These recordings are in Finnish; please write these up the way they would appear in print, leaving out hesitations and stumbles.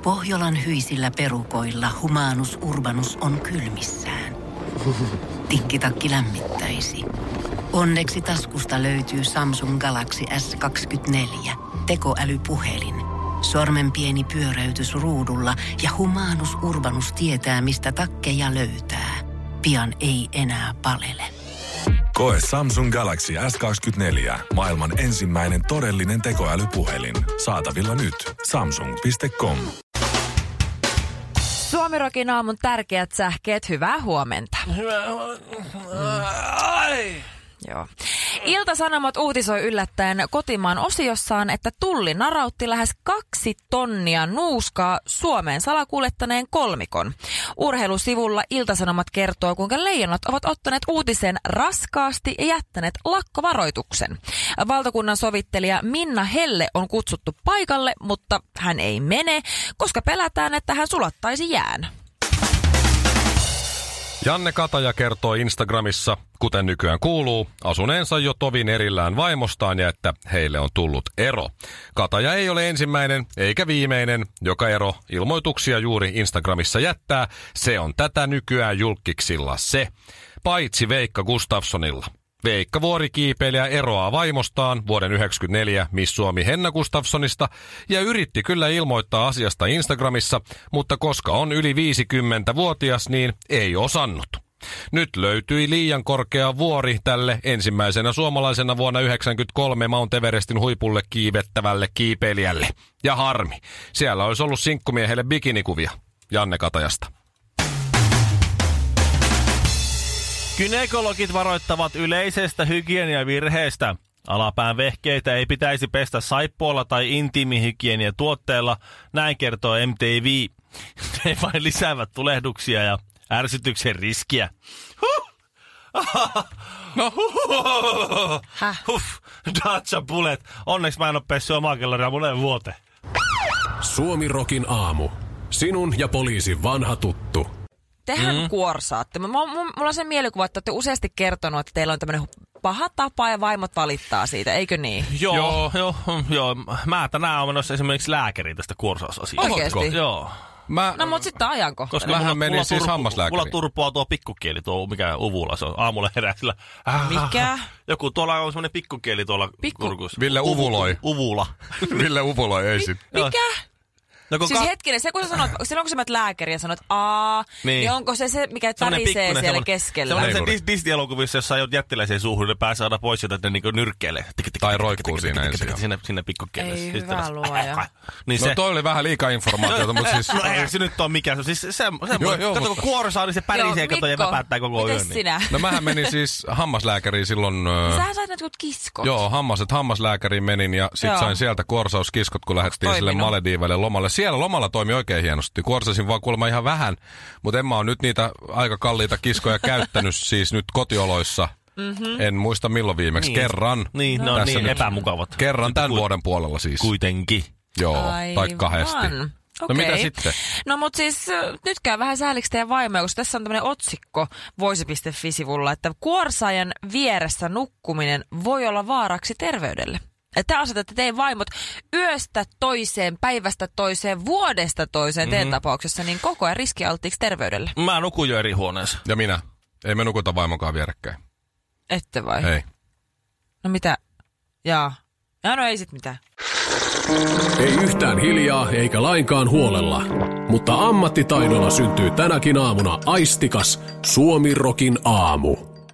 Pohjolan hyisillä perukoilla Humanus Urbanus on kylmissään. Tikkitakki lämmittäisi. Onneksi taskusta löytyy Samsung Galaxy S24. Tekoälypuhelin. Sormen pieni pyöräytys ruudulla ja Humanus Urbanus tietää, mistä takkeja löytää. Pian ei enää palele. Koe Samsung Galaxy S24. Maailman ensimmäinen todellinen tekoälypuhelin. Saatavilla nyt. Samsung.com. Suomi-rokin aamun tärkeät sähkeet, hyvää huomenta. Hyvää huomenta. Joo. Ilta-Sanomat uutisoi yllättäen kotimaan osiossaan, että Tulli narautti lähes 2 tonnia nuuskaa Suomeen salakuljettaneen kolmikon. Urheilusivulla Ilta-Sanomat kertoo, kuinka leijonat ovat ottaneet uutisen raskaasti ja jättäneet lakkovaroituksen. Valtakunnan sovittelija Minna Helle on kutsuttu paikalle, mutta hän ei mene, koska pelätään, että hän sulattaisi jään. Janne Kataja kertoo Instagramissa, kuten nykyään kuuluu, asuneensa jo tovin erillään vaimostaan ja että heille on tullut ero. Kataja ei ole ensimmäinen eikä viimeinen, joka ilmoituksia juuri Instagramissa jättää. Se on tätä nykyään julkiksilla se, paitsi Veikka Gustafssonilla. Veikka vuorikiipeilijä eroaa vaimostaan vuoden 1994 Miss Suomi Henna Gustafssonista ja yritti kyllä ilmoittaa asiasta Instagramissa, mutta koska on yli 50-vuotias, niin ei osannut. Nyt löytyi liian korkea vuori tälle ensimmäisenä suomalaisena vuonna 1993 Mount Everestin huipulle kiivettävälle kiipeilijälle. Ja harmi, siellä olisi ollut sinkkumiehelle bikinikuvia Janne Katajasta. Gynekologit varoittavat yleisestä hygieniavirheestä. Alapään vehkeitä ei pitäisi pestä saippualla tai intiimihygieniatuotteella, näin kertoo MTV. Ne vain lisäävät tulehduksia ja ärsytyksen riskiä. No Dacia Bullet. Onneksi mä en ole pessy omaa kellaria moneen vuoteen. Suomi-rokin aamu. Sinun ja poliisin vanha tuttu. Tehän kuorsaatte. Mulla on sen mielikuva, että olette useasti kertonut, että teillä on tämmöinen paha tapa ja vaimot valittaa siitä, eikö niin? Joo. Mä tänään olen menossa esimerkiksi lääkäriin tästä kuorsausasiasta. Oikeesti? Joo. No mut sitten ajanko? Koska mähän menin siis hammaslääkäriin. Mulla turpoaa tuo pikkukieli, tuo mikä uvulla se on. Aamulla herää sillä. Mikä? Joku tuolla on semmoinen pikkukieli tuolla kurkussa. Ville uvuloi. Uvula. Ville uvuloi, ei sit. Mikä? No, siis hetkinen, se kun sä sanot, silloin kun sä menet lääkäriin ja sanot niin onko se mikä tärisee siellä keskellä? Se Disney-elokuvissa, jossa on jättiläisiä suuhun, ne pääsee aina pois sieltä, että ne niinku nyrkkeilee. Tai roikkuu siinä ensin. Sinne pikkukielessä. Ei hyvä luoja. No toi oli vähän liikaa informaatiota, mutta siis... No ei se nyt ole mikään. Siis kato kun kuorosaa, niin se pärisee kato ja väpättää koko yön. Sinä? No mähän menin siis hammaslääkäriin silloin... Sähän sait näitä kiskot. Joo, hammaslääkäriin menin ja sit sain sieltä kuorsauskiskot, kun lähdettiin sille Malediiveille lomalle. Siellä lomalla toimi oikein hienosti. Kuorsasin vaan kuulemma ihan vähän, mutta en mä ole nyt niitä aika kalliita kiskoja käyttänyt siis nyt kotioloissa. En muista milloin viimeksi. Niin. Kerran. Niin, ne on niin epämukavat. Kerran tämän vuoden puolella siis. Kuitenkin. Joo, tai 2. Okay. No mitä sitten? No mut siis nyt käy vähän sääliksi teidän vaimoja, koska tässä on tämmöinen otsikko voisi.fi-sivulla, että kuorsaajan vieressä nukkuminen voi olla vaaraksi terveydelle. Että te asetatte teidän vaimot yöstä toiseen, päivästä toiseen, vuodesta toiseen teidän tapauksessa, niin koko ajan riskialttiiksi terveydelle. Mä nukun jo eri huoneessa. Ja minä. Ei me nukuta vaimokaan vierekkäin. Ette vai? Ei. No mitä? Jaa. No ei sit mitään. Ei yhtään hiljaa eikä lainkaan huolella, mutta ammattitaidolla syntyy tänäkin aamuna aistikas Suomi-rokin aamu.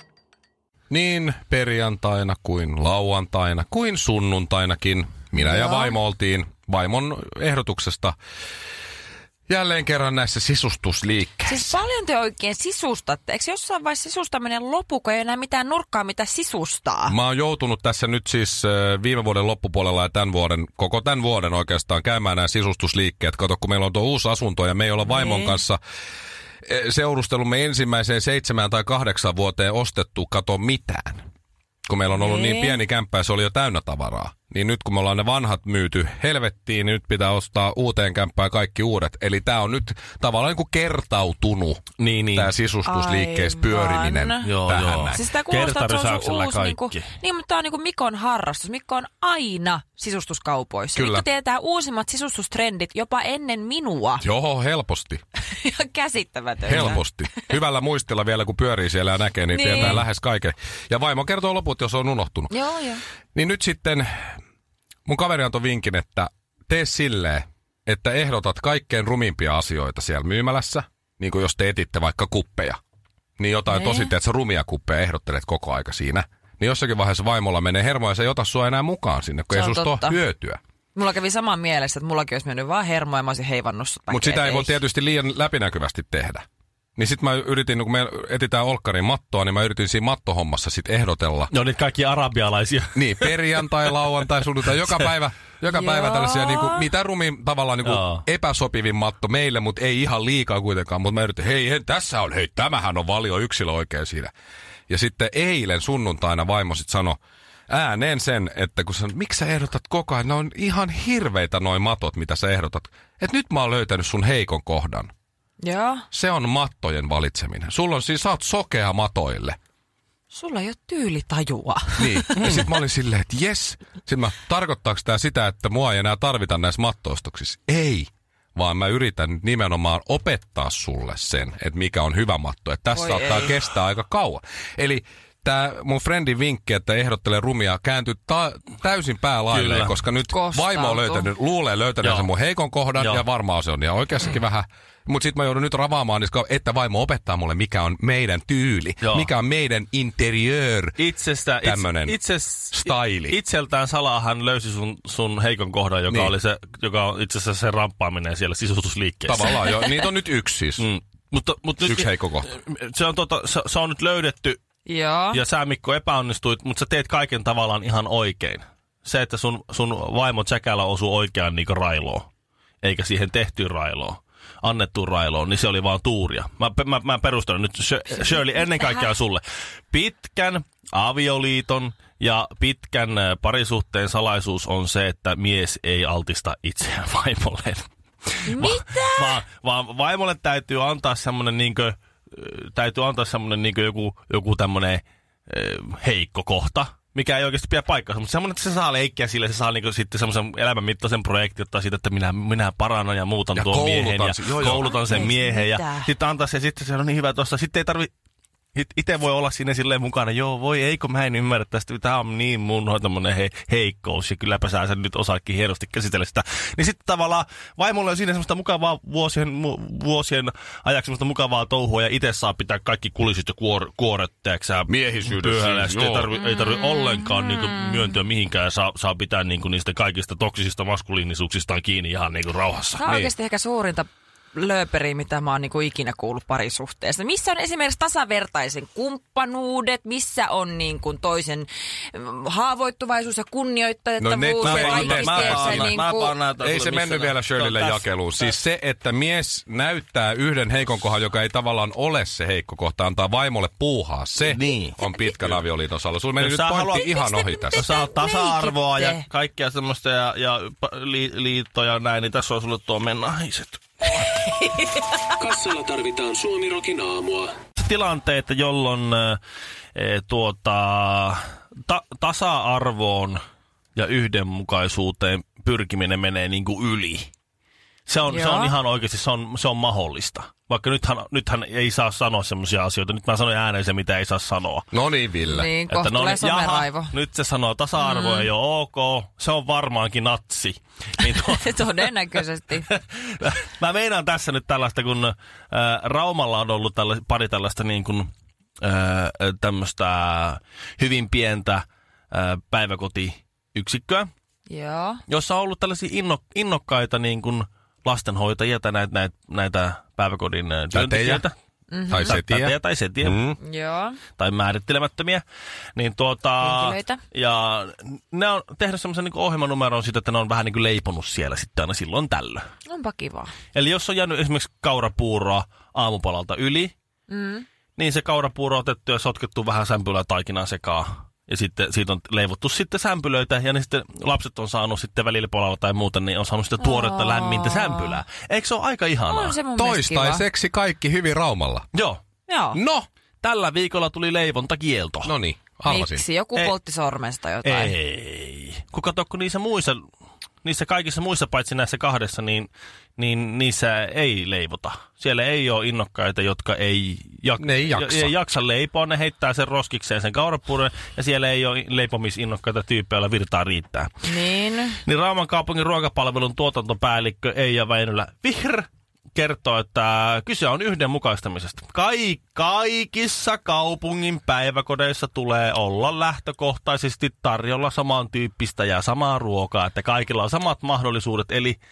Niin perjantaina kuin lauantaina kuin sunnuntainakin. Minä ja vaimo oltiin vaimon ehdotuksesta jälleen kerran näissä sisustusliikkeissä. Siis paljon te oikein sisustatte. Eikö jossain vaiheessa sisustaminen lopu, kun ei enää mitään nurkkaa, mitä sisustaa? Mä oon joutunut tässä nyt siis viime vuoden loppupuolella ja koko tämän vuoden oikeastaan käymään nämä sisustusliikkeet. Kato, kun meillä on tuo uusi asunto ja me ei olla vaimon kanssa seurustelumme ensimmäiseen 7 tai 8 vuoteen ostettu mitään. Kun meillä on ollut niin pieni kämppä ja se oli jo täynnä tavaraa. niin nyt kun me ollaan ne vanhat myyty helvettiin, niin nyt pitää ostaa uuteen kämppään kaikki uudet. Eli tää on nyt tavallaan niin kuin kertautunut tää sisustusliikkeessä pyöriminen tähän näin. Siis tää kuulostaa, että se on sun uusi, kaikki. niin, mutta tää on niinku Mikon harrastus. Mikko on aina sisustuskaupoissa. Kyllä. Mikko tietää uusimmat sisustustrendit jopa ennen minua. Joo, helposti. Ihan käsittämätöntä. Helposti. Hyvällä muistilla vielä, kun pyörii siellä ja näkee, niin tietää lähes kaiken. Ja vaimo kertoo loput, jos on unohtunut. Joo. Niin nyt sitten mun kaveri antoi vinkin, että tee silleen, että ehdotat kaikkein rumimpia asioita siellä myymälässä. Niin kuin jos te etitte vaikka kuppeja. Niin jotain tosi, että sä rumia kuppeja ehdottelet koko aika siinä. Niin jossakin vaiheessa vaimolla menee hermo ja se ei ota sua enää mukaan sinne, kun ei susta ole hyötyä. Mulla kävi saman mielessä, että mullakin olisi mennyt vaan hermoa ja mä olisin heivannut sut. Mutta sitä ei voi tietysti liian läpinäkyvästi tehdä. Niin sit mä yritin, kun me etsitään olkkarin mattoa, niin mä yritin siinä mattohommassa sit ehdotella. Ne on niitä kaikki arabialaisia. Niin, perjantai, lauantai, sunnuntai, joka päivä tällaisia niinku, mitä rumin tavallaan niinku epäsopivin matto meille, mutta ei ihan liikaa kuitenkaan. Mutta mä yritin, tämähän on valio yksilö oikein siinä. Ja sitten eilen sunnuntaina vaimo sit sanoi ääneen sen, että kun miksi sä ehdotat koko ajan, ne on ihan hirveitä noi matot, mitä sä ehdotat. Että nyt mä oon löytänyt sun heikon kohdan. Joo. Se on mattojen valitseminen. Sulla on siis, sä oot sokea matoille. Sulla ei ole tyylitajua. Niin. Ja sit mä olin silleen, että jes. Sitten tarkoittaako tää sitä, että mua ei enää tarvita näissä mattoostoksissa? Ei. Vaan mä yritän nimenomaan opettaa sulle sen, että mikä on hyvä matto. Että tässä saattaa kestää aika kauan. Eli tää mun friendin vinkki, että ehdottele rumia, kääntyy täysin päälailleen, koska nyt vaimo on luulee löytänyt sen mun heikon kohdan, ja varmaan se on ihan oikeassakin vähän. Mutta sitten mä joudun nyt ravaamaan, että vaimo opettaa mulle, mikä on meidän tyyli, mikä on meidän interieur, tämmönen staili. Itseltään salahan löysi sun heikon kohdan, joka oli se, joka on itse asiassa se ramppaaminen siellä sisustusliikkeessä. Tavallaan joo, niitä on nyt yksi siis. Mutta yksi heikko kohta. Se on nyt löydetty. Joo. Ja sä, Mikko, epäonnistuit, mutta sä teet kaiken tavallaan ihan oikein. Se, että sun vaimo tsäkällä osuu oikeaan niinku railoon, eikä siihen tehtyyn railoon, annettuun railoon, niin se oli vaan tuuria. Mä perustelen nyt, Shirley, ennen kaikkea sulle. Pitkän avioliiton ja pitkän parisuhteen salaisuus on se, että mies ei altista itseään vaimolleen. Mitä? Vaan vaimolle täytyy antaa semmoinen niinkö joku tämmönen heikko kohta, mikä ei oikeasti pidä paikkaansa, mutta semmoinen, että se saa leikkiä sille, se saa niinku sitten semmoisen elämänmittaisen projektin, ottaa siitä, että minä parannan ja muutan ja tuon miehen ja koulutan sen miehen ja sitten antaa se, sitten se on niin hyvä tuossa, sitten ei tarvitse itse voi olla siinä silleen mukana, eikö mä en ymmärrä tästä, tämä on niin mun tämmönen heikkous ja kylläpä sä sen nyt osaakin hienosti käsitellä sitä. Niin sitten tavallaan vaimolle on siinä semmoista mukavaa vuosien ajaksi semmoista mukavaa touhua ja itse saa pitää kaikki kulissit ja kuoret, teeksää miehisyydessä. Siis, ei tarvitse ollenkaan niinku myöntyä mihinkään ja saa pitää niinku niistä kaikista toksisista maskuliinisuuksistaan kiinni ihan niinku rauhassa. Tämä on oikeasti ehkä suurinta lööperiä, mitä mä oon niinku ikinä kuullut parisuhteessa. Missä on esimerkiksi tasavertaisen kumppanuudet, missä on niinku toisen haavoittuvaisuus ja kunnioittavuus ja kaikki. Ei se mennyt vielä Shirleylle jakeluun. Siis se, että mies näyttää yhden heikon kohdan, joka ei tavallaan ole se heikko kohta, antaa vaimolle puuhaa. Se on pitkän avioliiton salo. Sulla meni nyt pointti ihan ohi tässä. Jos sä oot tasa-arvoa ja kaikkea semmoista ja liittoja ja näin, niin tässä on sulle tuo naiset. Kassalla tarvitaan Suomi-rokin aamua. Tilanteita, jolloin tasa-arvoon ja yhdenmukaisuuteen pyrkiminen menee niinku yli. Se on ihan oikeasti, se on mahdollista. Vaikka nythän ei saa sanoa semmoisia asioita. Nyt mä sanoin ääneen se, mitä ei saa sanoa. No niin, Ville. Niin, kohta tulee someraivo. Nyt se sanoo tasa-arvo ei ole ok. Se on varmaankin natsi. Niin todennäköisesti. Mä meinaan tässä nyt tällaista, kun Raumalla on ollut pari tällaista niin kuin tämmöistä hyvin pientä päiväkotiyksikköä. Joo. Jossa on ollut tällaisia innokkaita niin kuin lastenhoitajia tai näitä päiväkodin työntekijöitä. Tai setiä. Joo. Tai määrittelemättömiä. Niin henkilöitä. Ja ne on tehnyt semmoisen niin ohjelmanumeron siitä, että ne on vähän niin kuin leiponut siellä sitten aina silloin tällöin. Onpa kiva. Eli jos on jäänyt esimerkiksi kaurapuuroa aamupalalta yli, niin se kaurapuuro on otettu ja sotkettu vähän sämpylää taikinaa sekaan. Ja sitten siitä on leivottu sitten sämpylöitä, ja ne sitten lapset on saanut sitten välillä polalla tai muuta, niin on saanut sitten tuoretta lämmintä sämpylää. Eikö se ole aika ihanaa? On se mun mielestä kiva. Toistaiseksi kaikki hyvin Raumalla. Joo. No! Tällä viikolla tuli leivontakielto. No niin, arvasin. Miksi? Joku poltti sormesta jotain. Ei. Kun kato, kun niissä kaikissa muissa, paitsi näissä kahdessa, niin niissä ei leivota. Siellä ei ole innokkaita, jotka ei jaksa leipoa. Ne heittää sen roskikseen sen kaurapuuron, ja siellä ei ole leipomisinnokkaita tyyppejä, joilla virtaa riittää. Niin Rauman kaupungin ruokapalvelun tuotantopäällikkö Eija Väinölä Vihr kertoo, että kyse on yhdenmukaistamisesta. Kaikissa kaupungin päiväkodeissa tulee olla lähtökohtaisesti tarjolla samantyyppistä ja samaa ruokaa, että kaikilla on samat mahdollisuudet.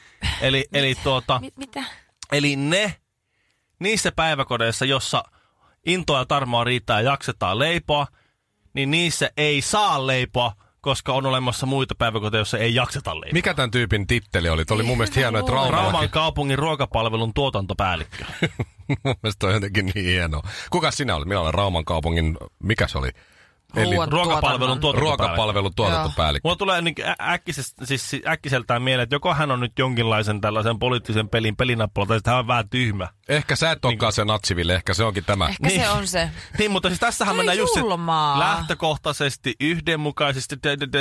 Mitä? Eli niissä päiväkodeissa, jossa intoa ja tarmoa riittää ja jaksetaan leipoa, niin niissä ei saa leipoa, koska on olemassa muita päiväkoteja, joissa ei jakseta leipoa. Mikä tämän tyypin titteli oli? Tuo oli mun mielestä hienoa, että Rauman kaupungin ruokapalvelun tuotantopäällikkö. Mun mielestä on jotenkin niin hienoa. Kuka sinä olet? Minä olen Rauman kaupungin, mikä se oli? Eli ruokapalvelun tuotantopäällikkö. Mulla tulee niin äkkiseltään mieleen, että joko hän on nyt jonkinlaisen tällaisen poliittisen pelinappula, tai sitten hän on vähän tyhmä. Ehkä sä et olekaan se natsiville, ehkä se onkin tämä. Ehkä se on se. Niin, mutta siis tässähän mennään just lähtökohtaisesti, yhdenmukaisesti,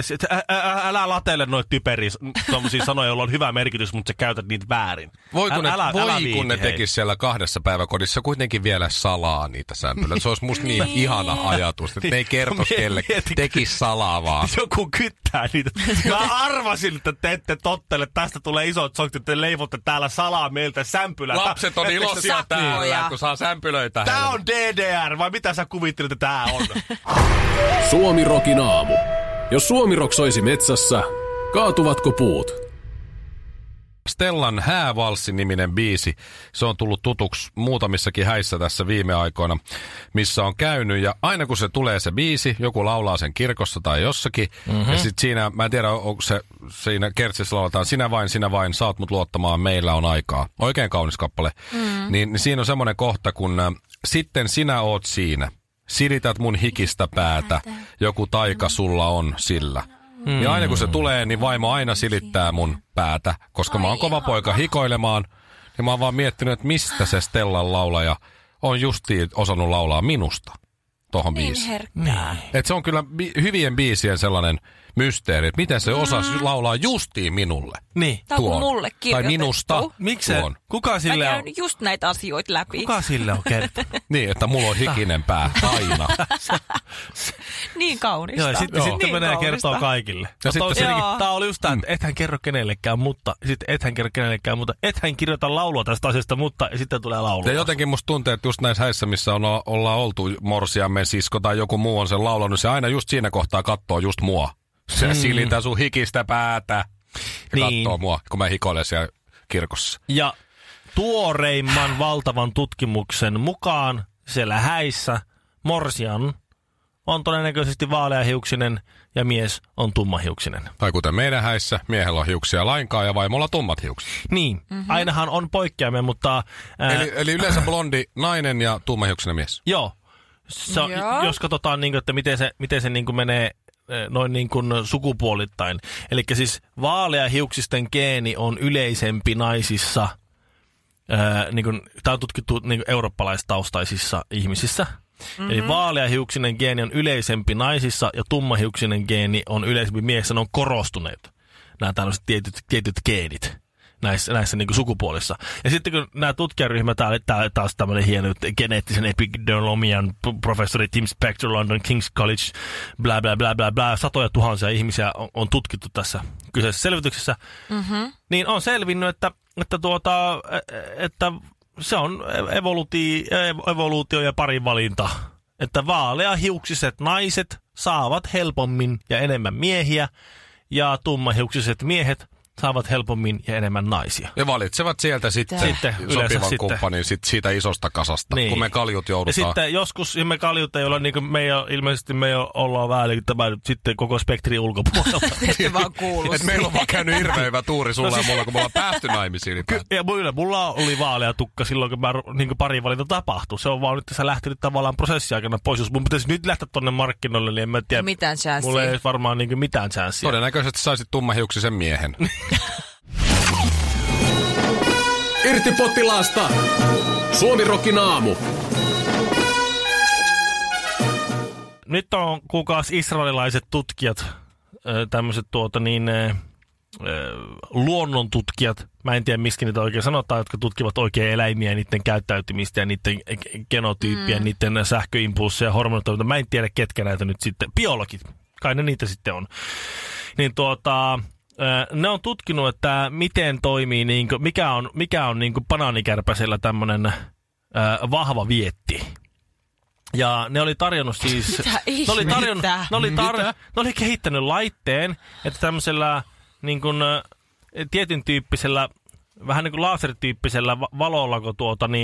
älä latele noita typeriä tommosia sanoja, joilla on hyvä merkitys, mutta sä käytät niitä väärin. Kun ne tekis siellä kahdessa päiväkodissa kuitenkin vielä salaa niitä sämpylöitä. Se olisi musta niin ihana ajatus, että ne ei kertoisi kellekään, tekis salaa vaan. Joku kyttää niitä. Mä arvasin, että te ette tottele, tästä tulee isot sokit, te leivotte täällä salaa meiltä sämpylää. Lapset on iloisia täällä, kun saa sämpylöitä. Tää on DDR, vai mitä sä kuvittelit, että tää on? Suomi Rokin aamu. Jos Suomi Rock soisi metsässä, kaatuvatko puut? Stellan Häävalssi-niminen biisi. Se on tullut tutuksi muutamissakin häissä tässä viime aikoina, missä on käynyt. Ja aina kun se tulee se biisi, joku laulaa sen kirkossa tai jossakin. Mm-hmm. Ja sitten siinä, mä en tiedä, onko se siinä kertsissä lauletaan, sinä vain, saat mut luottamaan, meillä on aikaa. Oikein kaunis kappale. Mm-hmm. Niin siinä on semmoinen kohta, kun sitten sinä oot siinä. Sirität mun hikistä päätä, joku taika sulla on sillä. Ja aina kun se tulee, niin vaimo aina silittää mun päätä, koska mä oon kova poika hikoilemaan. Ja mä oon vaan miettinyt, että mistä se Stellan laulaja on justiin osannut laulaa minusta tohon biisiin. Että se on kyllä hyvien biisien sellainen mysteeri, että miten se osasi laulaa justiin minulle. Niin. Tämä on mulle kirjoitettu. Tai minusta. Miksi? Kuka sille on? Mä käyn just näitä asioita läpi. Kuka sille on kertonut? Niin, että mulla on hikinen pää aina. Niin kaunista. Joo, sitten niin menee ja kertoo kaikille. Ja tää oli just tää, että et hän kerro kenellekään, mutta sitten et hän kerro kenellekään, mutta et hän kirjoita laulua tästä asiasta, mutta sitten tulee laulua. Ja jotenkin musta tuntuu, että just näissä häissä, missä ollaan oltu morsiamme sisko tai joku muu on sen laulanut, se aina just siinä kohtaa kattoo just mua. Se silintää sun hikistä päätä ja kattoo mua, kun mä hikoilen siellä kirkossa. Ja tuoreimman valtavan tutkimuksen mukaan siellä häissä morsian on todennäköisesti vaaleahiuksinen ja mies on tummahiuksinen. Tai kuten meidän häissä, miehellä on hiuksia lainkaan ja vaimolla tummat hiukset. Niin, ainahan on poikkeamia, mutta... Eli yleensä blondi nainen ja tummahiuksinen mies. Joo. Jos katsotaan, niin kuin, että miten se niin kuin menee noin niin kuin sukupuolittain. Eli siis vaaleahiuksisten geeni on yleisempi naisissa, niin kuin, tämä on tutkittu niin kuin eurooppalaistaustaisissa ihmisissä. Mm-hmm. Eli vaaleahiuksinen geeni on yleisempi naisissa ja tummahiuksinen geeni on yleisempi miehissä. Ne on korostuneet, nämä tällaiset tietyt geenit näissä niin kuin sukupuolissa. Ja sitten kun nämä tutkijaryhmät, tää taas tämmöinen hieno geneettisen epidemiologian professori Tim Spector, London King's College, bla bla bla bla bla, satoja tuhansia ihmisiä on tutkittu tässä kyseisessä selvityksessä, niin on selvinnyt, että se on evoluutio ja parinvalinta. Että vaaleahiuksiset naiset saavat helpommin ja enemmän miehiä, ja tummahiuksiset miehet saavat helpommin ja enemmän naisia. Ja valitsevat sieltä sitten sopivan kumppanin siitä isosta kasasta, niin. Kun me kaljut joudutaan. Ja sitten joskus me kaljut ei ole, niin kuin ilmeisesti me ollaan vähän tämä nyt sitten koko spektrin ulkopuolella. Ette vaan kuulu. Et meillä on vaan käynyt hirveän hyvä tuuri sulla ja mulla, kun me ollaan päästy naimisiin. Ja mulla oli vaalea tukka silloin, kun niin pari valinta tapahtui. Se on vaan nyt tässä lähtenyt tavallaan prosessiaikana pois. Jos mun pitäisi nyt lähteä tonne markkinoille, niin en mä tiedä. Mitään chanssiä. Mulla ei varmaan niin mitään chanssiä. Todennäköisesti saisit tummahiuksisen miehen. Irti potilaasta! Suomi-rokin aamu. Nyt on kuukaus israelilaiset tutkijat, tämmöiset luonnontutkijat, mä en tiedä miskin niitä oikein sanotaan, jotka tutkivat oikein eläimiä, niiden käyttäytymistä ja niiden genotyyppiä, niiden sähköimpulsseja ja hormonitoimintaa. Mä en tiedä ketkä näitä nyt sitten, biologit, kai ne niitä sitten on. Niin ne on tutkinut, että miten toimii, niin kuin, mikä on niin kuin banaanikärpäsellä tämmöinen vahva vietti. Ja ne oli tarjonnut siis... Ne oli kehittänyt laitteen, että tämmöisellä niin kuin, tietyn tyyppisellä, vähän niin kuin laserityyppisellä valolla, kun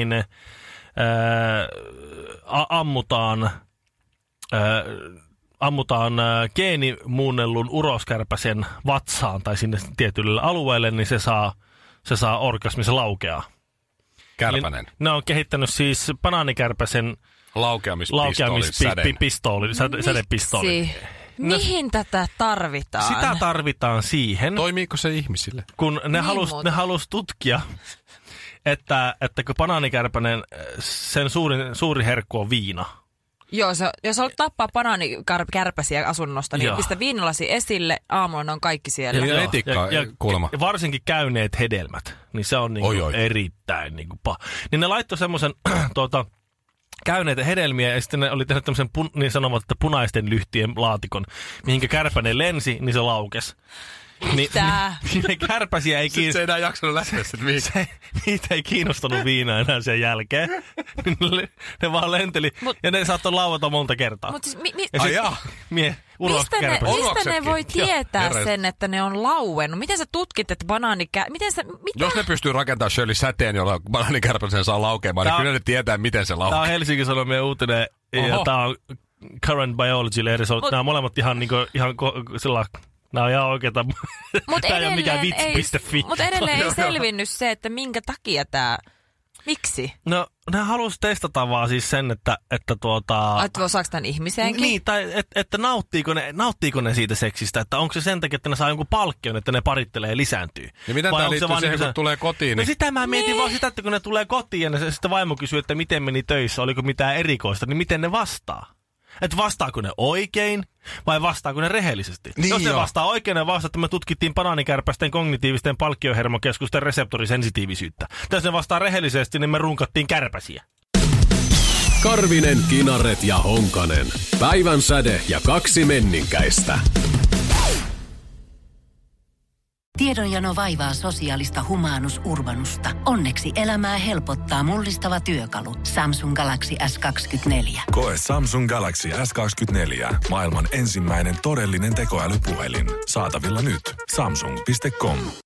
ammutaan geenimuunnellun uroskärpäsen vatsaan tai sinne tietylle alueelle, niin se saa orgasmin, se laukeaa. Kärpänen. Ne on kehittänyt siis banaanikärpäsen laukeamispistooli, sädepistooli. Mihin tätä tarvitaan? Sitä tarvitaan siihen. Toimiiko se ihmisille? Kun ne halus tutkia, että kun banaanikärpänen, sen suuri herkku on viina. Joo, jos haluat tappaa banaanikärpäsiä asunnosta, niin pistä viinalasi esille, aamulla ne on kaikki siellä. Ja etikkaa kuulemma. Ja varsinkin käyneet hedelmät, niin se on erittäin paha. Niin ne laittoi semmoisen käyneitä hedelmiä ja sitten ne oli tehnyt tämmöisen niin sanovat, että punaisten lyhtien laatikon, mihinkä kärpänen lensi, niin se laukesi. Mitä? Niin kärpäsiä ei kiinnostanut. Se ei enää jaksanut lähteä sitten niitä ei kiinnostanut viinaa enää sen jälkeen. Ne vaan lenteli ja ne saattoi lauata monta kertaa. Mut siis mistä ne voi tietää sen, että ne on lauennut? Miten sä tutkit, että Jos ne pystyy rakentamaan Shirley säteen, jolla banaanikärpäsen saa laukeamaan, niin kyllä ne tietää, miten se laukeaa. Tämä on Helsingin Sanomien uutinen ja tämä on Current Biology-lehdissä. Nämä on molemmat ihan sillä. Nämä on ihan oikeeta. Tämä ei ole mikään vitsi.fi. Mutta edelleen ei selvinnyt se, että minkä takia tämä... Miksi? No, ne halusi testata vaan siis sen, että Että osaako tämän ihmiseenkin? Niin, tai että nauttiiko ne siitä seksistä, että onko se sen takia, että ne saa jonkun palkkion, että ne parittelee ja lisääntyy. Ja mitä tämä liittyy siihen, kun tulee kotiin? No sitä mä mietin vaan sitä, että kun ne tulee kotiin ja sitten vaimo kysyy, että miten meni töissä, oliko mitään erikoista, niin miten ne vastaa? Että vastaako ne oikein vai vastaako ne rehellisesti? Niin jos ne vastaa oikein, ne vastaa, että me tutkittiin banaanikärpästen kognitiivisten palkkiohermokeskusten reseptorisensitiivisyyttä. Jos ne vastaa rehellisesti, niin me runkattiin kärpäsiä. Karvinen, Kinaret ja Honkanen. Päivän säde ja kaksi menninkäistä. Tiedonjano vaivaa sosiaalista humanus urbanusta. Onneksi elämää helpottaa mullistava työkalu. Samsung Galaxy S24. Koe Samsung Galaxy S24. Maailman ensimmäinen todellinen tekoälypuhelin. Saatavilla nyt. Samsung.com.